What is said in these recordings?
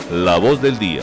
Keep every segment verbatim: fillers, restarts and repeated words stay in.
La Voz del Día.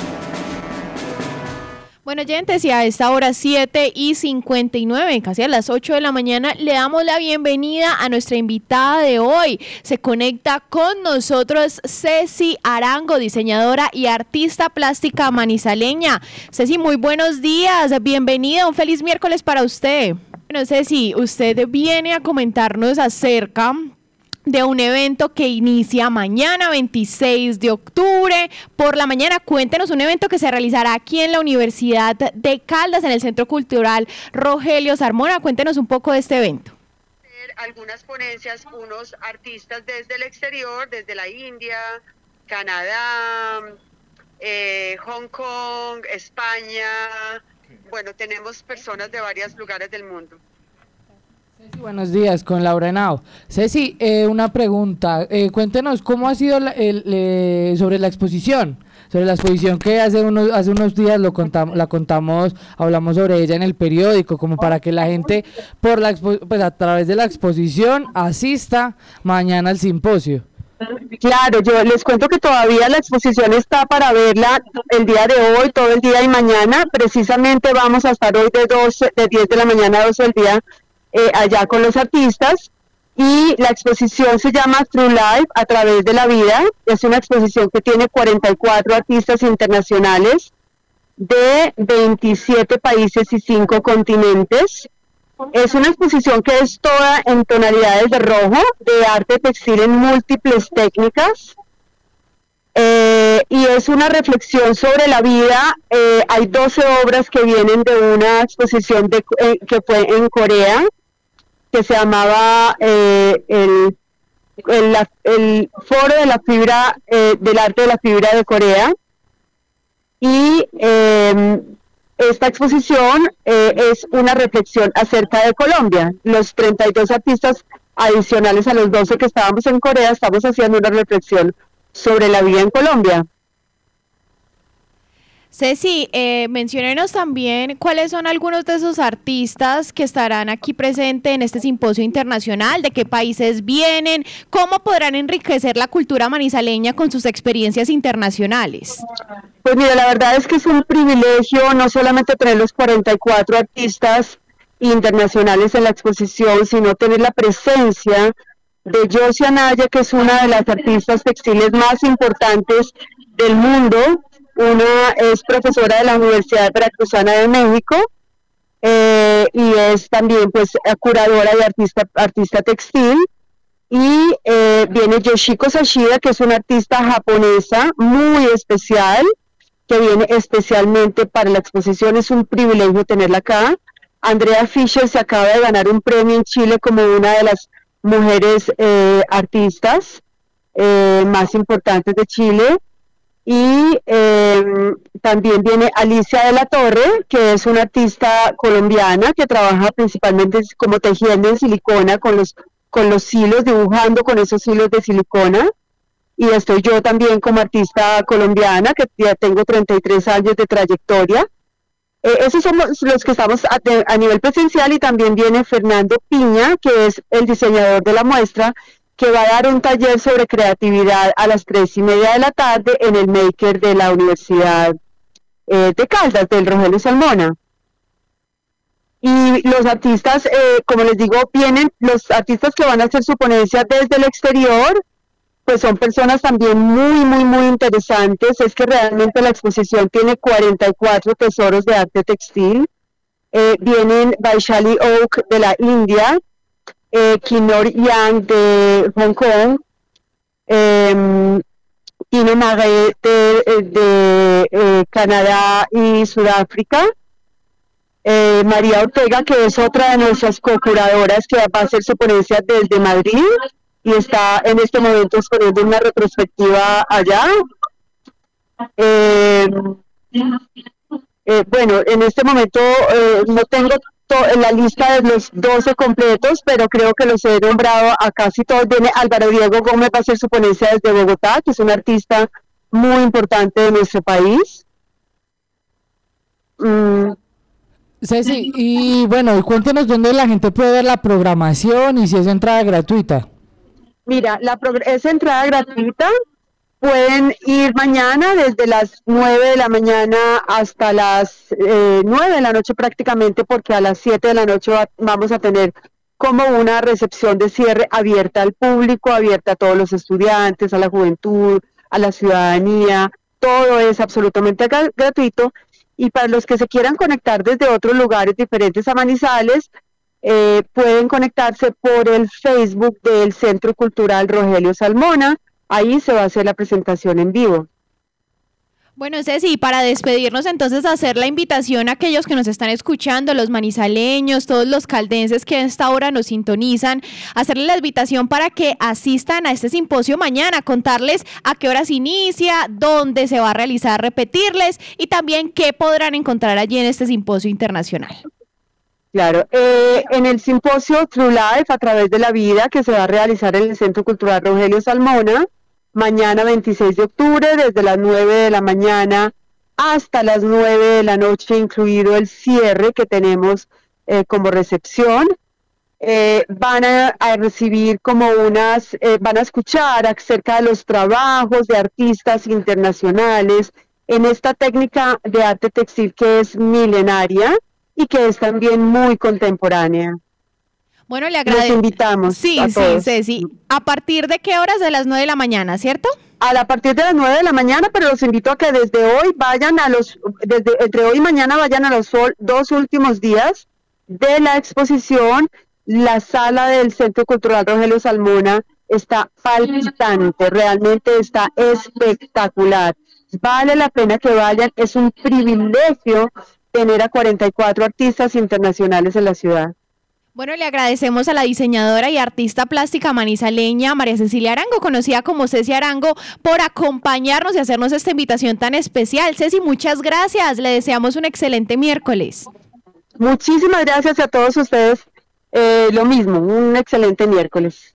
Bueno, oyentes, y a esta hora siete y cincuenta y nueve, casi a las ocho de la mañana, le damos la bienvenida a nuestra invitada de hoy. Se conecta con nosotros Ceci Arango, diseñadora y artista plástica manizaleña. Ceci, muy buenos días, bienvenida, un feliz miércoles para usted. Bueno, Ceci, usted viene a comentarnos acerca de un evento que inicia mañana veintiséis de octubre por la mañana. Cuéntenos, un evento que se realizará aquí en la Universidad de Caldas, en el Centro Cultural Rogelio Sarmona. Cuéntenos un poco de este evento. Algunas ponencias, unos artistas desde el exterior, desde la India, Canadá, eh, Hong Kong, España. Bueno, tenemos personas de varios lugares del mundo. Ceci, buenos días, con Laura Henao. Ceci, eh, una pregunta, eh, cuéntenos cómo ha sido la, el, eh, sobre la exposición, sobre la exposición que hace unos, hace unos días lo contamos, la contamos, hablamos sobre ella en el periódico, como para que la gente por la expo, pues a través de la exposición asista mañana al simposio. Claro, yo les cuento que todavía la exposición está para verla el día de hoy, todo el día y mañana. Precisamente vamos a estar hoy de doce, de diez de la mañana a doce del día eh, allá con los artistas, y la exposición se llama Through Life, a través de la vida. Es una exposición que tiene cuarenta y cuatro artistas internacionales de veintisiete países y cinco continentes. Es una exposición que es toda en tonalidades de rojo, de arte textil en múltiples técnicas, eh, y es una reflexión sobre la vida. Eh, hay doce obras que vienen de una exposición de, eh, que fue en Corea, que se llamaba eh, el, el, la, el Foro de la Fibra, eh, del Arte de la Fibra de Corea, y eh, esta exposición eh, es una reflexión acerca de Colombia. Los treinta y dos artistas adicionales a los doce que estábamos en Corea, estamos haciendo una reflexión sobre la vida en Colombia. Ceci, eh, menciónenos también cuáles son algunos de esos artistas que estarán aquí presentes en este simposio internacional, de qué países vienen, cómo podrán enriquecer la cultura manizaleña con sus experiencias internacionales. Pues mira, la verdad es que es un privilegio no solamente tener los cuarenta y cuatro artistas internacionales en la exposición, sino tener la presencia de Josie Anaya, que es una de las artistas textiles más importantes del mundo. Una es profesora de la Universidad Veracruzana de México, eh, y es también pues curadora y artista, artista textil. Y eh, viene Yoshiko Sashida, que es una artista japonesa muy especial, que viene especialmente para la exposición. Es un privilegio tenerla acá. Andrea Fischer se acaba de ganar un premio en Chile como una de las mujeres eh, artistas eh, más importantes de Chile. Y eh, también viene Alicia de la Torre, que es una artista colombiana que trabaja principalmente como tejiendo en silicona con los, con los hilos, dibujando con esos hilos de silicona. Y estoy yo también como artista colombiana, que ya tengo treinta y tres años de trayectoria. Eh, esos somos los que estamos a, a nivel presencial, y también viene Fernando Piña, que es el diseñador de la muestra, que va a dar un taller sobre creatividad a las tres y media de la tarde en el Maker de la Universidad eh, de Caldas, del Rogelio Salmona. Y los artistas, eh, como les digo, vienen los artistas que van a hacer su ponencia desde el exterior, pues son personas también muy, muy, muy interesantes. Es que realmente la exposición tiene cuarenta y cuatro tesoros de arte textil. Eh, vienen Vaishali Oak de la India, Eh, Kinor Yang de Hong Kong, eh, Tino Magué de, de eh, Canadá y Sudáfrica, eh, María Ortega, que es otra de nuestras co-curadoras, que va a hacer su ponencia desde Madrid y está en este momento exponiendo una retrospectiva allá. Eh, eh, bueno, en este momento eh, no tengo en la lista de los doce completos, pero creo que los he nombrado a casi todos. Viene Álvaro Diego Gómez, va a hacer su ponencia desde Bogotá, que es un artista muy importante de nuestro país. Mm. Ceci, y bueno, cuéntenos dónde la gente puede ver la programación y si es entrada gratuita. Mira, la es entrada gratuita. Pueden ir ir mañana desde las nueve de la mañana hasta las eh, nueve de la noche prácticamente, porque a las siete de la noche va, vamos a tener como una recepción de cierre abierta al público, abierta a todos los estudiantes, a la juventud, a la ciudadanía. Todo es absolutamente gra- gratuito. Y para los que se quieran conectar desde otros lugares diferentes a Manizales, eh, pueden conectarse por el Facebook del Centro Cultural Rogelio Salmona. Ahí se va a hacer la presentación en vivo. Bueno, Ceci, para despedirnos entonces, hacer la invitación a aquellos que nos están escuchando, los manizaleños, todos los caldenses que a esta hora nos sintonizan, hacerles la invitación para que asistan a este simposio mañana, contarles a qué horas inicia, dónde se va a realizar, repetirles y también qué podrán encontrar allí en este simposio internacional. Claro, eh, en el simposio True Life a través de la vida, que se va a realizar en el Centro Cultural Rogelio Salmona, mañana veintiséis de octubre, desde las nueve de la mañana hasta las nueve de la noche, incluido el cierre que tenemos eh, como recepción. Eh, van a, a recibir como unas, eh, van a escuchar acerca de los trabajos de artistas internacionales en esta técnica de arte textil que es milenaria y que es también muy contemporánea. Bueno, le agradezco. Los invitamos. Sí, a sí, todos. Ceci. ¿A partir de qué horas? De las nueve de la mañana, ¿cierto? A la partir de las nueve de la mañana, pero los invito a que desde hoy vayan a los, desde entre hoy y mañana vayan a los sol, dos últimos días de la exposición. La sala del Centro Cultural Rogelio Salmona está palpitante, realmente está espectacular. Vale la pena que vayan, es un privilegio tener a cuarenta y cuatro artistas internacionales en la ciudad. Bueno, le agradecemos a la diseñadora y artista plástica manizaleña María Cecilia Arango, conocida como Ceci Arango, por acompañarnos y hacernos esta invitación tan especial. Ceci, muchas gracias. Le deseamos un excelente miércoles. Muchísimas gracias a todos ustedes. Eh, lo mismo, un excelente miércoles.